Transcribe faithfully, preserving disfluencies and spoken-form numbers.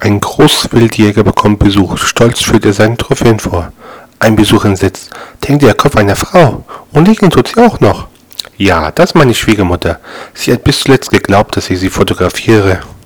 Ein Großwildjäger bekommt Besuch. Stolz führt er seine Trophäen vor. Ein Besuch entsetzt. Denkt der Kopf einer Frau. Und liegen tut sie auch noch. Ja, das ist meine Schwiegermutter. Sie hat bis zuletzt geglaubt, dass ich sie fotografiere.